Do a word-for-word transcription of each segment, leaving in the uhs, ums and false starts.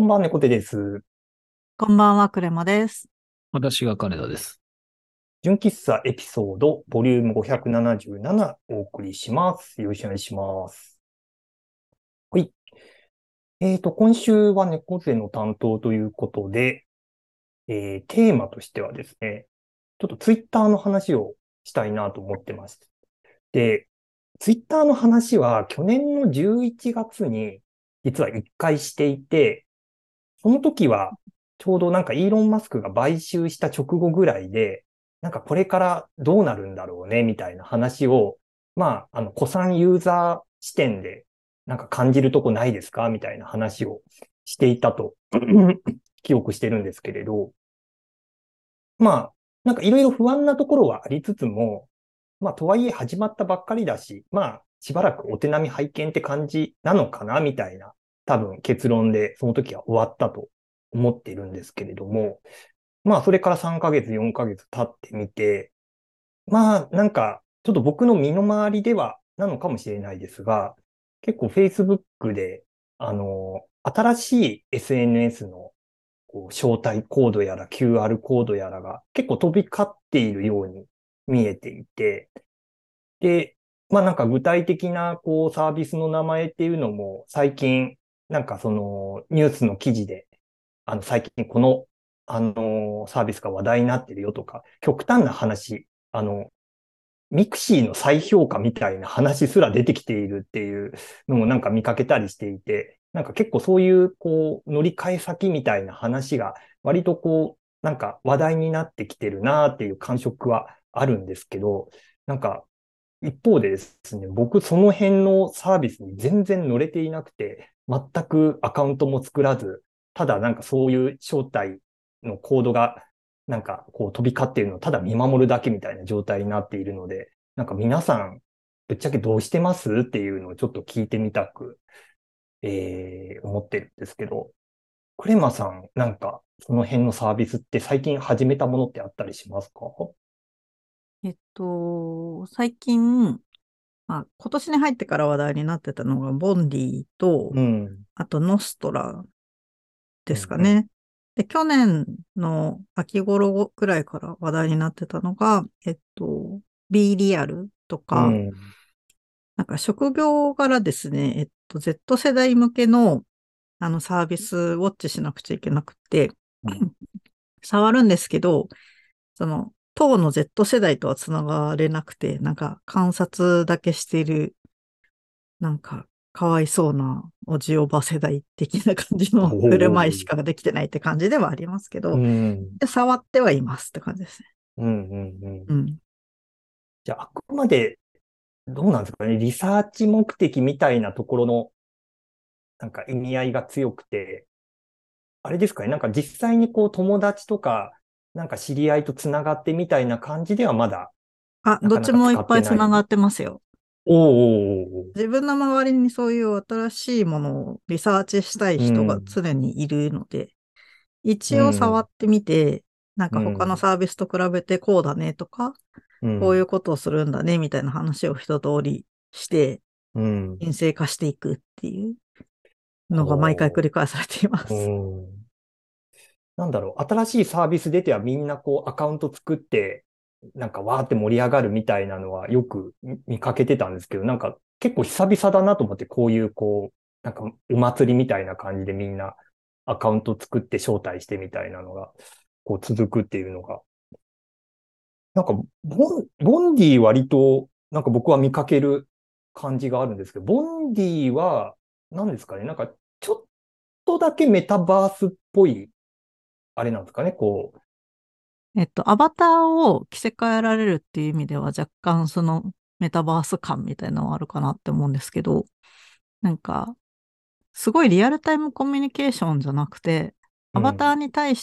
んばんは、猫手です。 こんばんは、クレマです。 私が金田です。 純喫茶エピソード、ボリュームごひゃくななじゅうなな、お送りします。よろしくお願いします。はい。えーと、今週は猫背の担当ということで、えーテーマとしてはですね、ちょっとツイッターの話をしたいなと思ってます。で、ツイッターの話は去年のじゅういちがつに実は一回していて、その時は、ちょうどなんかイーロン・マスクが買収した直後ぐらいで、なんかこれからどうなるんだろうね、みたいな話を、まあ、あの、古参ユーザー視点で、なんか感じるとこないですかみたいな話をしていたと記憶してるんですけれど、まあ、なんかいろいろ不安なところはありつつも、まあ、とはいえ始まったばっかりだし、まあ、しばらくお手並み拝見って感じなのかな、みたいな、多分結論でその時は終わったと思っているんですけれども、まあ、それからさんかげつ、よんかげつ経ってみて、まあ、なんか、ちょっと僕の身の回りでは、なのかもしれないですが、結構 Facebook で、あの、新しい エスエヌエス のこう招待コードやら キューアール コードやらが結構飛び交っているように見えていて、で、まあなんか具体的なこうサービスの名前っていうのも最近なんかそのニュースの記事であの最近このあのサービスが話題になってるよとか極端な話、あのミクシーの再評価みたいな話すら出てきているっていうのもなんか見かけたりしていて、なんか結構そういうこう乗り換え先みたいな話が割とこうなんか話題になってきてるなっていう感触はあるんですけど、なんか一方でですね、僕その辺のサービスに全然乗れていなくて、全くアカウントも作らず、ただなんかそういう招待のコードがなんかこう飛び交っているのをただ見守るだけみたいな状態になっているので、なんか皆さんぶっちゃけどうしてますっていうのをちょっと聞いてみたく、えー、思ってるんですけど、クレマさんなんかその辺のサービスって最近始めたものってあったりしますか？ えっと、最近、まあ、今年に入ってから話題になってたのが、ボンディと、 うん。 あとノストラでうんうん。 すかね。で、去年の秋頃ぐらいから話題になってたのが、えっと、B リアルとか、 うん。 なんか職業柄ですね、えっと、Z 世代向けの、あのサービスウォッチしなくちゃいけなくて、 うん。 触るんですけど、その、当の Z 世代とはつながれなくて、なんか観察だけしている、なんかかわいそうなおじおば世代的な感じおの振る舞いしお。 かできてないって感じではありますけうど、 ん。 で触ってはいますって感じですね。 うん、うん、うん。 うん。 じゃあ、あくまで、どうなんですかね。リサーチ目的みたいなところの、なんか意味合いが強くて、あれですかね。なんか実際にこう友達とか、なんか知り合いとつながってみたいな感じではまだ、 あ、 なかなか使どっちもいっってない。 ぱいつながってますよ。 おーおーおーおー。 自分の周りにそういう新しいものをリサーチしたいう人がん、 常にいるので、 う一応触ん、 ってみて、なんか他のうん、 サービスと比べてこうだねとか、 うん、 こういうことをするんだねみたいな話を一通りして、 うん。 陰性化していくっていうのが毎回繰ほり返されていまう。 す。 うん。なんだろう、新しいサービス出てはみんなこうアカウント作って、なんかわーって盛り上がるみたいなのはよく見見かけてたんですけど、なんか結構久々だなと思ってこういうこう、なんかお祭りみたいな感じでみんなアカウント作って招待してみたいなのがこう続くっていうのが、なんかボン、ボンディ割となんか僕は見かける感じがあるんですけど、ボンディは何ですかね、なんかちょっとだけメタバースっぽいあれなんですかね、こえっと、アバターを着せ替えられるっていう意味では若干そのメタバース感みたいなのはあるかなって思うんですけど、なんか、すごいリアルタイムコミュニケーションじゃなくて、 う、 アバターうん。 に対して、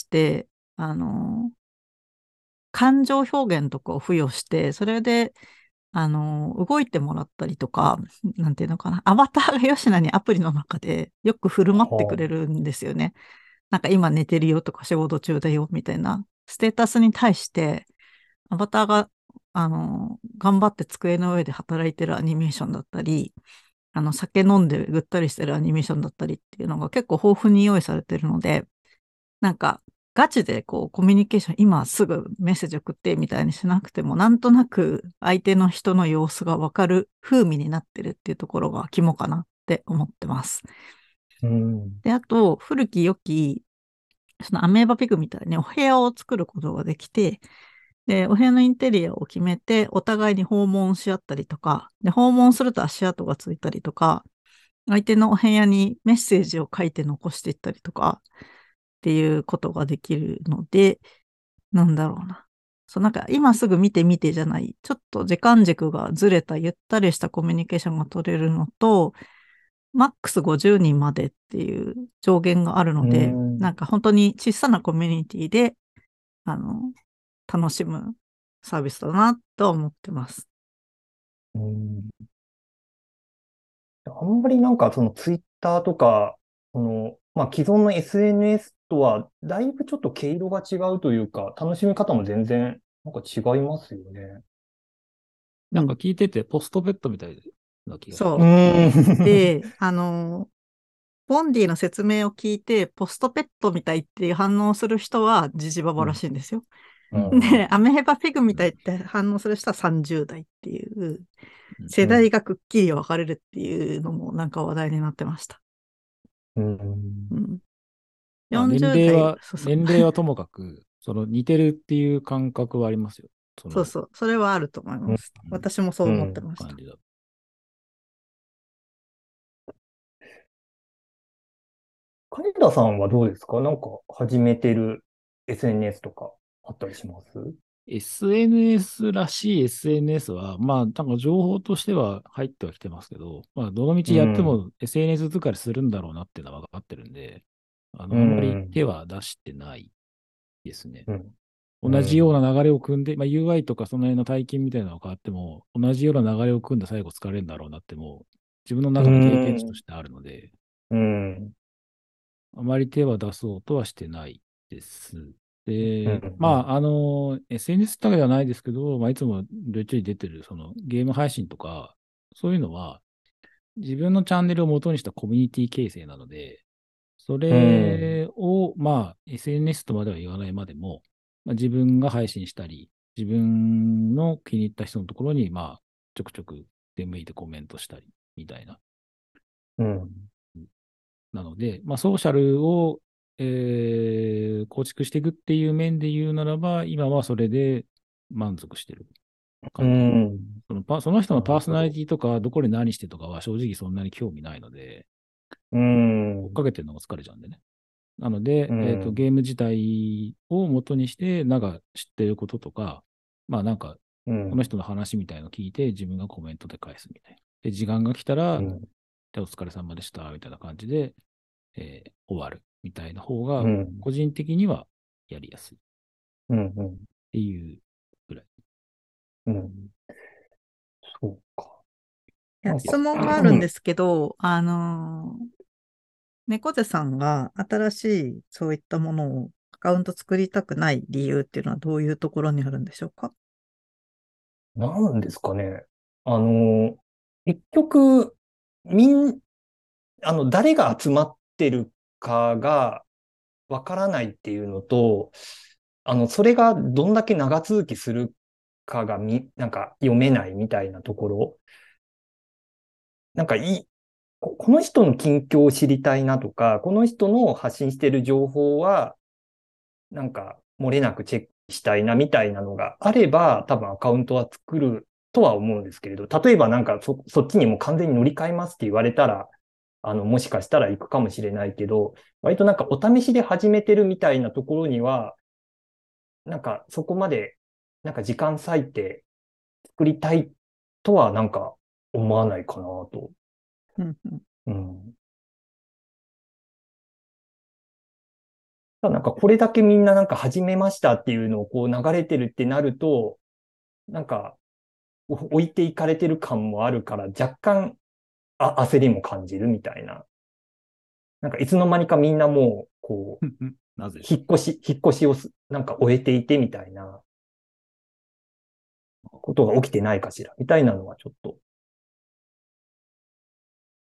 あの、感情表現とかを付与して、それで、あの、動いてもらったりとか、なんていうのかな、アバターがヨシナにアプリの中でよく振る舞ってくはれるんですよね。なんか今寝てるよとか仕事中だよみたいなステータスに対して、アバターが、あの、頑張って机の上で働いてるアニメーションだったり、 あの、酒飲んでぐったりしてるアニメーションだったりっていうのが結構豊富に用意されてるので、なんか、ガチでこう、コミュニケーション、今すぐメッセージ送ってみたいにしなくても、なんとなく相手の人の様子がわかる風味になってるっていうところが肝かなって思ってます。 うん。 で、あと、古き良き、そのアメーバピグみたいにお部屋を作ることができて、で、お部屋のインテリアを決めて、お互いに訪問し合ったりとか、で、訪問すると足跡がついたりとか、相手のお部屋にメッセージを書いて残していったりとかっていうことができるので、なんだろうな。そう、なんか今すぐ見て見てじゃない、ちょっと時間軸がずれたゆったりしたコミュニケーションが取れるのと、マックスごじゅうにんまでっていう上限があるうので、 ん。 なんか本当に小さなコミュニティで、あの、楽しむサービスだなと思ってます。 うん。あんまりなんかそのツイッターとか、その、まあ既存の エスエヌエス とはだいぶちょっと毛色が違うというか、楽しみ方も全然なんか違いますよね。 なんかうん。 聞いてて、ポストベッドみたいな気がしうそう。 ーん。 で、あの、ボンディの説明を聞いて、ポストペットみたいっていう反応する人はジジババらうん。 しいんですよ。 うん。 うんで、アメヘバフィグみうん。 たいって反応する人はさんじゅう代っていう、 うん。 世うん。 代がくっきり分かれるっていうのもなんか話題になってました。 うん。 うん、 まあ、年よんじゅう代、 齢は、 そうそう。 年齢はともかく、その似てるっていう感覚はありますよ。その、 そうそう。それはあると思いうん。 ます。私もそう思ってうん。 ました。 感じだ。 金田さんはどうですか？なんか始めてる エスエヌエス とかあったりします？ エスエヌエス らしい エスエヌエス は、まあ、なんか情報としては入ってはきてますけど、まあ、どのう道やってん。 も エスエヌエス 疲れするんだろうなっていうのは分かってるんで、あうの、あんまり手ん。 は出してないですね。 うん。う同じようん。 な流れを組んで、まあ、ユーアイ とかその辺の体験みたいなのが変わっても、同じような流れを組んで最後疲れるんだろうなってもう、自分のう中の経験値とん。 してあるので、 うん。 あまり手は出そうとはしてないです。 うで、まん。 あ、あの、エスエヌエス だけではないですけど、まあ、いつもちょいちょい出てる、そのゲーム配信とか、そういうのは、自分のチャンネルを元にしたコミュニティ形成なので、そうん。 れを、まあ、エスエヌエス とまでは言わないまでも、まあ、自分が配信したり、自分の気に入った人のところに、まあ、ちょくちょく出向いてコメントしたり、みたいな。 うん。 なので、まあ、ソーシャルを、えー構築していくっていう面で言うならば、今はそれで満足してるう感じ。 ん。 そのパその人のなるパーソナリほど。 ティとか、どこで何してとかは正直そんなに興味ないので、 うん。 追っかけてるのが疲れちゃうんでね。なので、えっと、 うん。 ゲーム自体を元にして、なんか知ってることとか、まあなんか、 うん。 この人の話みたいのを聞いて、自分がコメントで返すみたいな。で、時間が来たら、 うん。 でお疲れ様でした、みたいな感じで、えー終わるみたいな方が、 うん。 個人的にはやりやすいっうん。うん。 ていうぐらい。 うん。そうか。 いや、 なんか、 質問があるんですけど、あのー猫背さんが新しいそういったものをアカウント作りたくない理由っていうのはどういうところにあるんでしょうか？ なんですかね。あの、結局、みん、あの、誰が集まってるかがわからないっていうのと、あの、それがどんだけ長続きするかがみ、なんか読めないみたいなところ。なんかいい、ここの人の近況を知りたいなとか、この人の発信してる情報は、なんか漏れなくチェックしたいなみたいなのがあれば、多分アカウントは作るとは思うんですけれど、例えばなんかそ、そっちにもう完全に乗り換えますって言われたら、あの、もしかしたら行くかもしれないけど、割となんかお試しで始めてるみたいなところには、なんかそこまで、なんか時間割いて作りたいとはなんか思わないかなと。 うんうん。 うん。ただなんかこれだけみんななんか始めましたっていうのをこう流れてるってなると、なんかお置いていかれてる感もあるから若干あ焦りも感じるみたいな。なんかいつの間にかみんなもうこうなぜでしょう。 引っ越し、引っ越しをすなんか終えていてみたいなことが起きてないかしらみたいなのはちょっと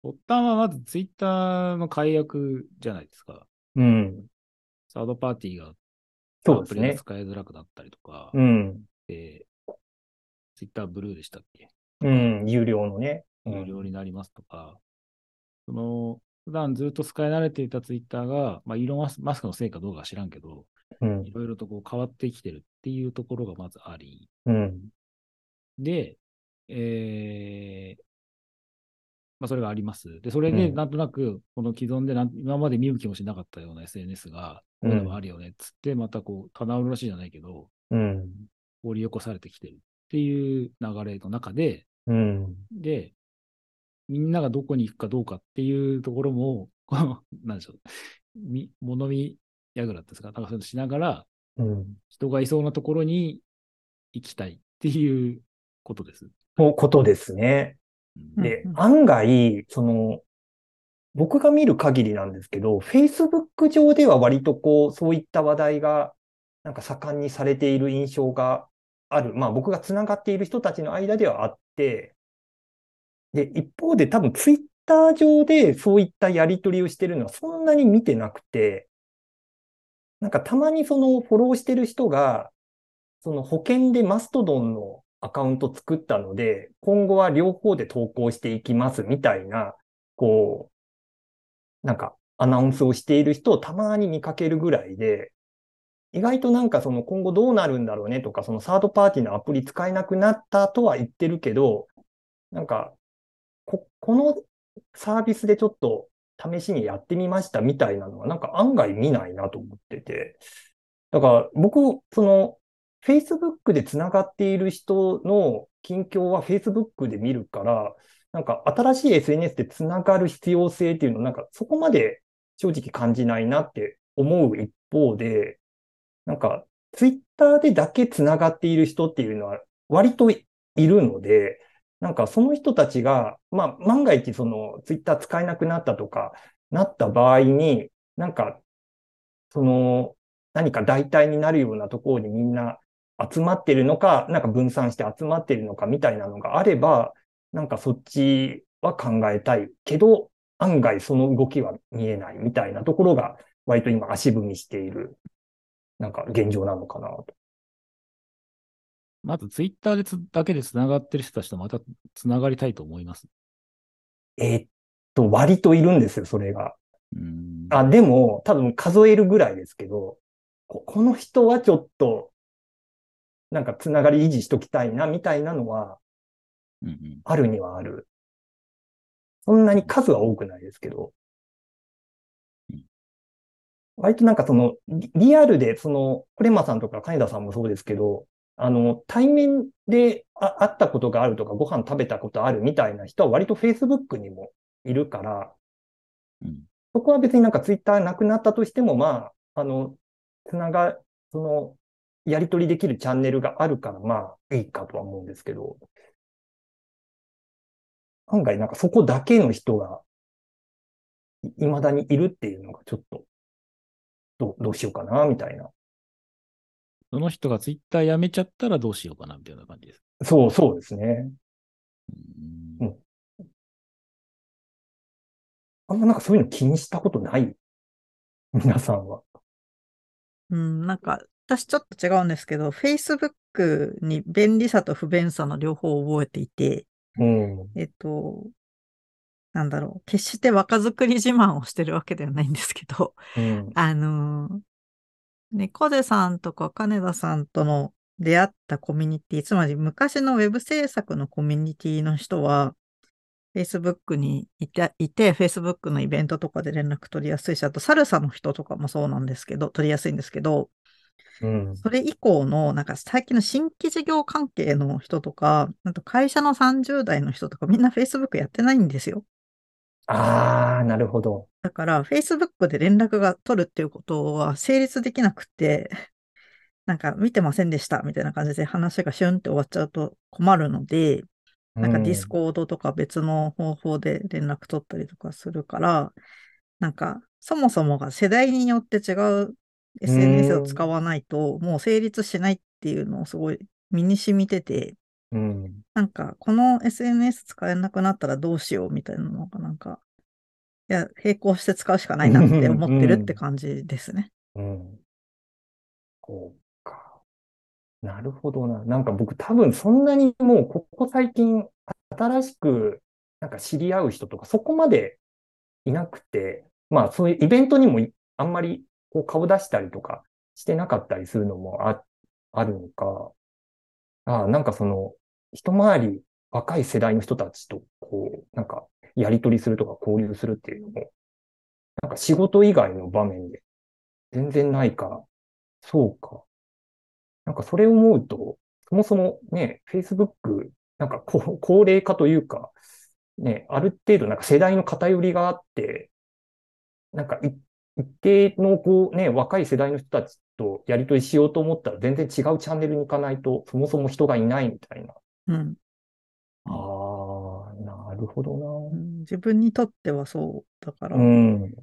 発端はまずツイッターの解約じゃないですか。 うん。 サードパーティーがアプリがそうですね。 使いづらくなったりとか、 うん。 で、ツイッターブルーでしたっけとか、 うん。有料のね。う有料ん。 になりますとか、その、普段ずっと使い慣れていたツイッターが、まあ、イーロンマスマスクのせいかどうかは知らんけど、 うん。 いろいろとこう変わってきてるっていうところがまずあり、 うん。 で、えー、まあ、それがあります。で、それうん。 でなんとなく、この既存でなん今まで見向きもしなかったような エスエヌエス が、こういうのもあうん。 るよねっつって、またこう、棚卸しじゃないけど、 うん。 掘り起こされてきてるっていう流れの中で、 うん。 で、みんながどこに行くかどうかっていうところも、この、なんでしょう、み、物見やぐらですか、なんかそういうのしながら、 うん。 人がいそうなところに行きたいっていうことです。 とことですね。 うんで、 うんうん。 案外、その、僕が見る限りなんですけど、Facebook 上では割とこう、そういった話題が、なんか盛んにされている印象がある。まあ僕がつながっている人たちの間ではあって、で、一方で多分 Twitter 上でそういったやり取りをしてるのはそんなに見てなくて、なんかたまにそのフォローしてる人が、その保険でマストドンのアカウント作ったので、今後は両方で投稿していきますみたいな、こう、なんかアナウンスをしている人をたまに見かけるぐらいで、意外となんかその今後どうなるんだろうねとか、そのサードパーティーのアプリ使えなくなったとは言ってるけど、なんかこ、このサービスでちょっと試しにやってみましたみたいなのはなんか案外見ないなと思ってて、だから僕、その、Facebook でつながっている人の近況は Facebook で見るから、なんか新しい エスエヌエス でつながる必要性っていうのをなんかそこまで正直感じないなって思う一方で、なんか Twitter でだけつながっている人っていうのは割といるので、なんかその人たちが、まあ万が一その Twitter 使えなくなったとかなった場合に、なんかその、何か代替になるようなところにみんな集まってるのか、なんか分散して集まってるのかみたいなのがあれば、なんかそっちは考えたいけど、案外その動きは見えないみたいなところが、割と今足踏みしている、なんか現状なのかなと。 まずツイッターでつだけでつながってる人たちとまたつながりたいと思います。 えーっと、割といるんですよ、それが。 うーん。 あ、でも、多分数えるぐらいですけど、こ、この人はちょっと、なんかつながり維持しときたいな、みたいなのは、 うんうん。 あるにはある。そんなに数は多くないですけど、 うん割となんかその、リリアルで、その、クレマさんとか金田さんもそうですけど、あの、対面であ会ったことがあるとか、ご飯食べたことあるみたいな人は割と Facebook にもいるから、 うんそこは別になんか Twitter なくなったとしても、まあ、あの、つなが、その、やり取りできるチャンネルがあるから、まあ、いいかとは思うんですけど、案外なんかそこだけの人がい未だにいるっていうのがちょっと、どう、どうしようかな、みたいな。 その人がツイッターやめちゃったらどうしようかなみたいな感じです。 そう、そうですね。 うーん。 うん。あんまなんかそういうの気にしたことない皆さんは。 うん、なんか、私ちょっと違うんですけど、Facebook に便利さと不便さの両方を覚えていて、 うん。 えっと、なんだろう、決して若作り自慢をしてるわけではないんですけど、 うん。 あのー猫背さんとか金田さんとの出会ったコミュニティ、つまり昔のウェブ制作のコミュニティの人は、Facebook にいて、いて、Facebook のイベントとかで連絡取りやすいし、あとサルサの人とかもそうなんですけど、取りやすいんですけど、 うん。 それ以降の、なんか最近の新規事業関係の人とか、あと会社のさんじゅう代の人とかみんな Facebook やってないんですよ。 ああ、なるほど。 だから Facebook で連絡が取るっていうことは成立できなくて、なんか見てませんでしたみたいな感じで話がシュンって終わっちゃうと困るので、 うなんかディスん。 コードとか別の方法で連絡取ったりとかするから、なんかそもそもが世代によって違ううエスエヌエス を使ん。 わないともう成立しないっていうのをすごい身に染みてて、 うん。 なんか、この エスエヌエス 使えなくなったらどうしようみたいなのが、なんか、いや、並行して使うしかなういなって思ん、 ってるってうん、 感じですね。 うん。そうか。なるほどな。なんか僕多分そんなにもうここ最近新しくなんか知り合う人とかそこまでいなくて、まあそういうイベントにもいあんまりこう顔出したりとかしてなかったりするのもあ、あるのか、ああ、なんかその一回り若い世代の人たちとこうなんかやり取りするとか交流するっていうのも、なんか仕事以外の場面で全然ないから、そうか。なんかそれを思うと、そもそもね、Facebook、なんか高高齢化というか、ね、ある程度なんか世代の偏りがあって、なんかい一定のこうね、若い世代の人たちとやり取りしようと思ったら全然違うチャンネルに行かないと、そもそも人がいないみたいな。 うん。 あうんあ、なるほどな。 うん、自分にとってはそうだかうら、 ん、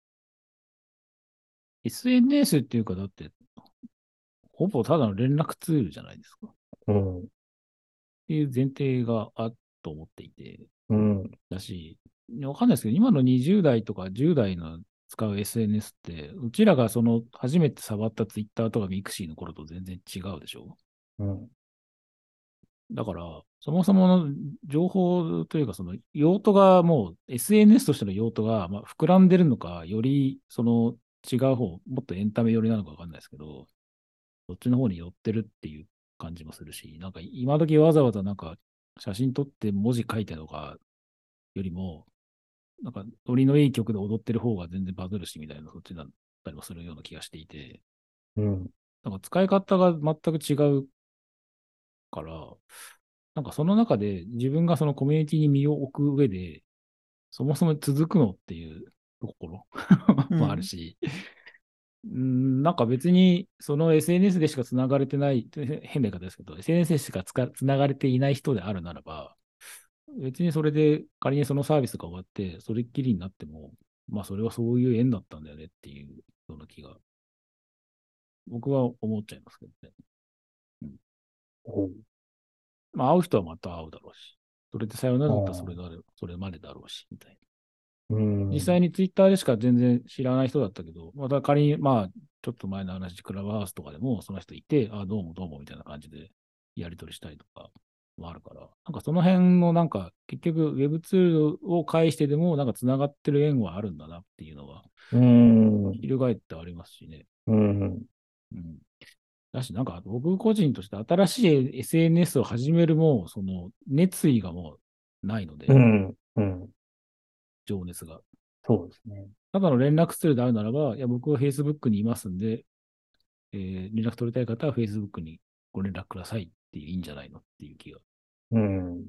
エスエヌエス っていうか、だって、ほぼただの連絡ツールじゃないですか。っうん、 ていう前提があると思っていて、 うん、 だし、わかんないですけど、今のにじゅう代とかじゅう代の使う エスエヌエス って、うちらがその初めて触ったツイッターとかミクシーの頃と全然違うでしょ。 うん、 だから、そもそもの情報というか、その用途がもう エスエヌエス としての用途が、まあ、膨らんでるのか、よりその違う方、もっとエンタメ寄りなのかわかんないですけど、そっちの方に寄ってるっていう感じもするし、なんか今時わざわざなんか写真撮って文字書いてとかよりも、なんかノリのいい曲で踊ってる方が全然バズるしみたいな、そっちだったりもするような気がしていて、 うん、 なんか使い方が全く違うから、なんかその中で自分がそのコミュニティに身を置く上で、そもそも続くのっていうところもあるうん。 し、んなんか別にその エスエヌエス でしか繋がれてない、変な言い方ですけど、エスエヌエス でしかつか繋がれていない人であるならば、別にそれで仮にそのサービスが終わって、それっきりになっても、まあそれはそういう縁だったんだよねっていうような気が、僕は思っちゃいますけどね。うん、 おう、 まあ会う人はまた会うだろうし、それでさよなあらだったらそれあ、 だそれまでだろうし、みたいな。 うん、 実際にツイッターでしか全然知らない人だったけど、また仮に、まあ、ちょっと前の話、クラブハウスとかでもその人いて、あ、どうもどうもみたいな感じでやり取りしたりとかもあるから、なんかその辺のなんか結局 Web ツールを介してでもなんか繋がってる縁はあるんだなっていうのは、 うん、 翻ってありますしね。 うん、 うん。だし、なんか僕個人として新しい エスエヌエス を始めるも、その熱意がもうないので、 うん、うん、 情熱が。 そうですね。 ただの連絡ツールであるならば、いや、僕は Facebook にいますんで、えー連絡取りたい方は Facebook にご連絡くださいっていいんじゃないのっていう気が、 うん、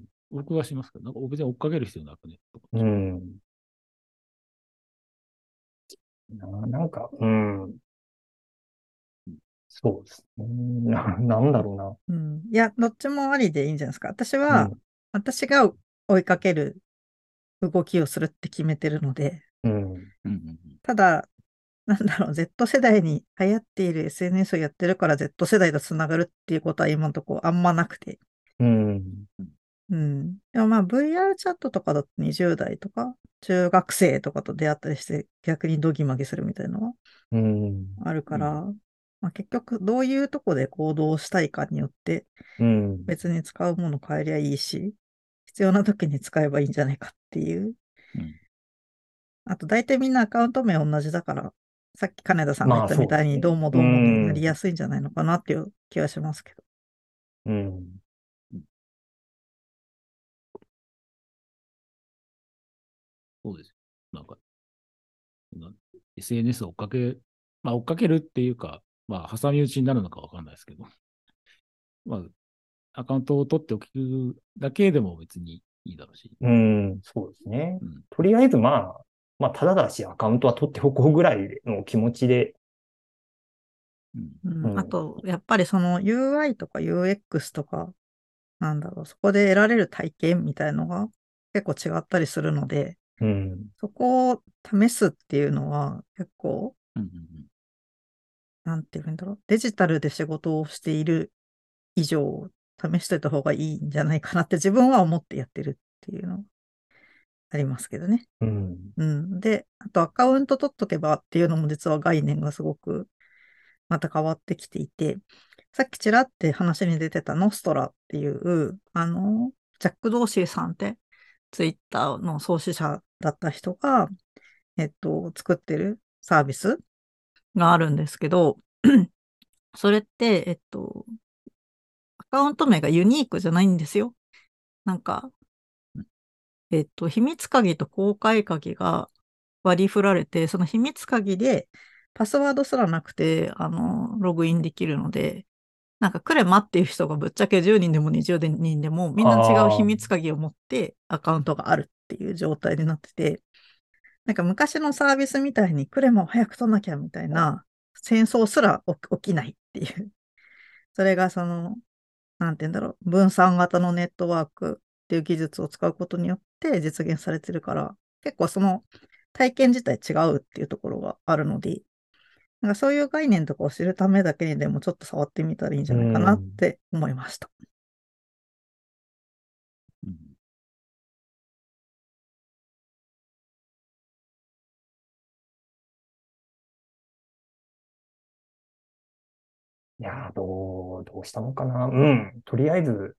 僕はしますけど、なんか別に追っかける必要なくね、とかうん。な、なんか、うん、そうですね。な、なんだろうん。いや、どっちもありでいいんじゃないですか。私うな。うは、 ん、 私が追いかける動きをするって決めてるので、 うん、 うんうんただ、なんだろう、Z 世代に流行っている エスエヌエス をやってるから Z 世代とつながるっていうことは今のところあんまなくて。 うん、 うんうん。でもまあ ブイアール チャットとかだとにじゅう代とか中学生とかと出会ったりして逆にドギマギするみたいなのはうん、 あるかうんら、まあ、結局どういうとこで行動したいかによってうん、 別に使うもの変えりゃいいし、必要な時に使えばいいんじゃないかっていう。 うんあと大体みんなアカウント名同じだから、さっき金田さんが言まあ、 ったみたいそうですね。 にどうもうどうもになりん、 やすいんじゃないのかなっていう気はしますけど。 うん、 うんそうです。なんか、な エスエヌエス を追っかけ、まあ追っかけるっていうか、まあ挟み撃ちになるのかわかんないですけど、まあアカウントを取っておくだけでも別にいいだろうし。 うん、そうですね。 うん。 とりあえず、まあ、まあ、ただだし、アカウントは取っておこうぐらいの気持ちで、 うん。 うん、あうん、 と、やっぱりその ユーアイ とか ユーエックス とか、なんだろう、そこで得られる体験みたいのが結構違ったりするので、 うん、 そこを試すっていうのは結構、 うん。うん。 なんていうんだろう、デジタルで仕事をしている以上、 試しといた方がいいんじゃないかなって自分は思ってやってるっていうのありますけどね。 うん。 うん。で、あとアカウント取っとけばっていうのも実は概念がすごくまた変わってきていて、さっきちらって話に出てたノストラっていう、あの、ジャック・ドーシーさんってツイッターの創始者だった人が、えっと、作ってるサービスがあるんですけど、それって、えっと、アカウント名がユニークじゃないんですよ。なんか、えっと、秘密鍵と公開鍵が割り振られて、その秘密鍵でパスワードすらなくて、あの、ログインできるので、なんかクレマっていう人がぶっちゃけじゅうにんでもにじゅうにんでもみんな違う秘ああ、 密鍵を持ってアカウントがあるっていう状態になってて、なんか昔のサービスみたいにクレマを早く取んなきゃみたいな戦争すら起きないっていう。それがその、なんて言うんだろう、分散型のネットワークっていう技術を使うことによって実現されてるから、結構その体験自体違うっていうところがあるので、なんかそういう概念とかを知るためだけにでもちょっと触ってみたらいいんじうゃないかなっん。 て思いました。 うんいやー、どう、どうしたのかな。うん。とりあえず、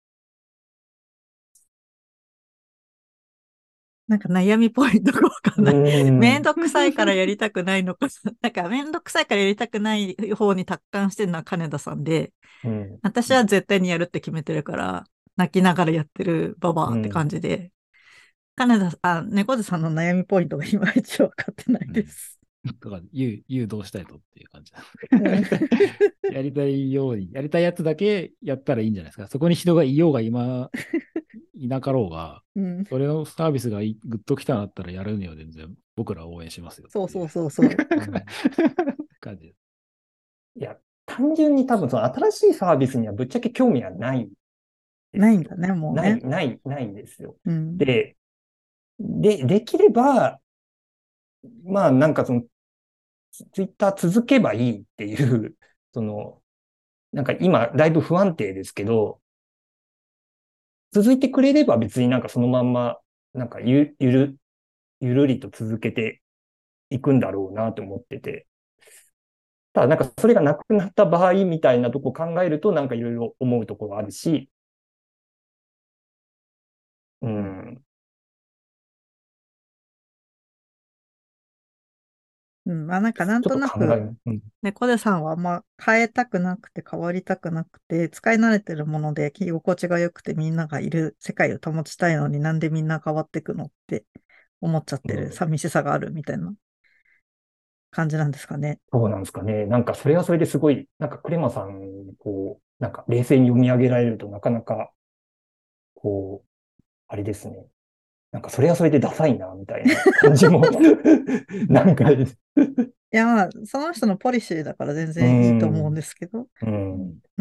なんか悩みポイントがわかんうない。めんん。 どくさいからやりたくないのか、なんかめんどくさいからやりたくない方に達観してるのは金田さんで、 うん。 私は絶対にやるって決めてるから、泣きながらやってるババアって感うん。 じで、金田さん、あ、猫背さんの悩みポイントがいまいち分かってないうん。 です。 だから、誘誘導したいとっていう感じだ。 うん。 やりたいように、やりたいやつだけやったらいいんじゃないですか。そこに人がいようが今、いなかろうが、 うん。 それのサービスがいグッときたなったらやるには全然僕ら応援しますよそうそうっていうそうそう。うん。 感じです。 いや、単純に多分その新しいサービスにはぶっちゃけ興味はないですよ。 ないんだね、もうない、 ね。 ない、ないんですよ。 うん。 で、で、できれば、まあなんかそのツイッター続けばいいっていう、その、なんか今だいぶ不安定ですけど、続いてくれれば別になんかそのまんま、なんかゆ、ゆる、ゆるりと続けていくんだろうなと思ってて。ただなんかそれがなくなった場合みたいなとこ考えるとなんかいろいろ思うところあるし、ううん。 ん、 うん。まあなんかなんちょっとなく、 と考え、うん、 猫背さんはあんま変えたくなくて変わりたくなくて、使い慣れてるもので着心地が良くてみんながいる世界を保ちたいのになんでみんな変わっていくのって思っちゃってるうん、 寂しさがあるみたいな感じなんですかね。 そうなんですかね。なんかそれはそれですごい、なんかクレマさん、こう、なんか冷静に読み上げられるとなかなか、こう、あれですね。なんかそれはそれでダサいな、みたいな感じもなんかです。 いやまあ、その人のポリシーだから全う然いいと思うんん、 ですけど、 うん、 うん。 うん。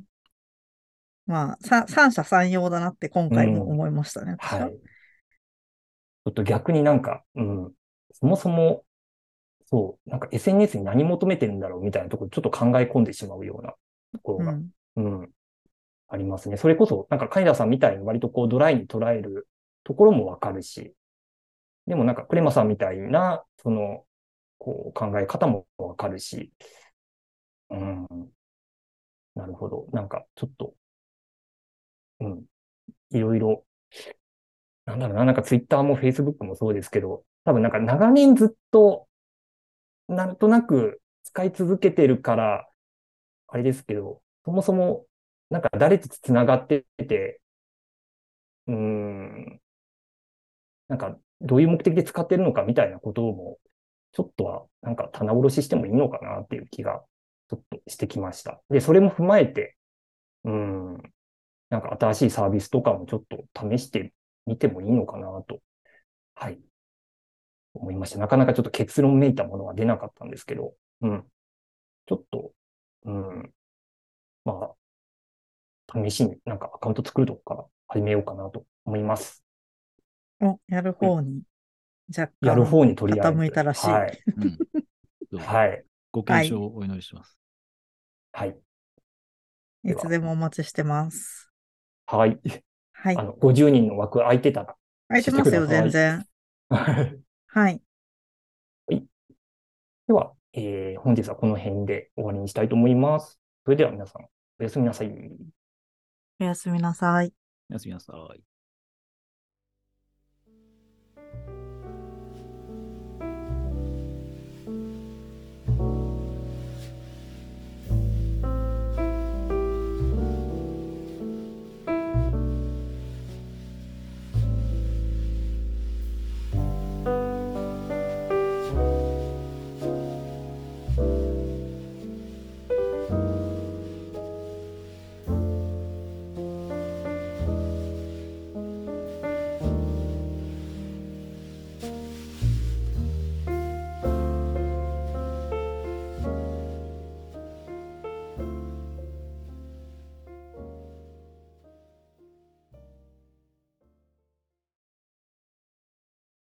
まあ、さ三者三様だなって今回もうん。 思いましたね、私は。 はい。ちょっと逆になんか、うん、そもそも、そう、なんか エスエヌエス に何求めてるんだろうみたいなところ、ちょっと考え込んでしまうようなところが、 うん。 うん、ありますね。それこそ、なんか金田さんみたいに割とこうドライに捉えるところもわかるし、でもなんかクレマさんみたいな、その、こう考え方もわかるし、うん、なるほど。なんかちょっと、うん、いろいろ、なんだろうな、なんかツイッターもフェイスブックもそうですけど、多分なんか長年ずっと、なんとなく使い続けてるから、あれですけど、そもそも、なんか誰と繋がってて、うーん、なんかどういう目的で使ってるのかみたいなことも、ちょっとは、なんか棚卸ししてもいいのかなっていう気が、ちょっとしてきました。で、それも踏まえて、うーん、なんか新しいサービスとかもちょっと試してみてもいいのかなと、はい、思いました。なかなかちょっと結論めいたものは出なかったんですけど、うん、ちょっと、うん、まあ、試しになんかアカウント作るとこから始めようかなと思います。 お、やるはい。 方に若干やる方にとりあえ傾いず。 たらしい。 はい。 うん。どうぞ。 はい。 ごはい。 検証をお祈りします。 はい。でいつは。 でもお待ちしてます。 はい。 はい。 あの、ごじゅうにんの枠空いてたら空いて知ってますよ、 ください。 全然。 はいはい。 では、えー本日はこの辺で終わりにしたいと思います。それでは皆さん、おやすみなさい。 おやすみなさい。 おやすみなさい。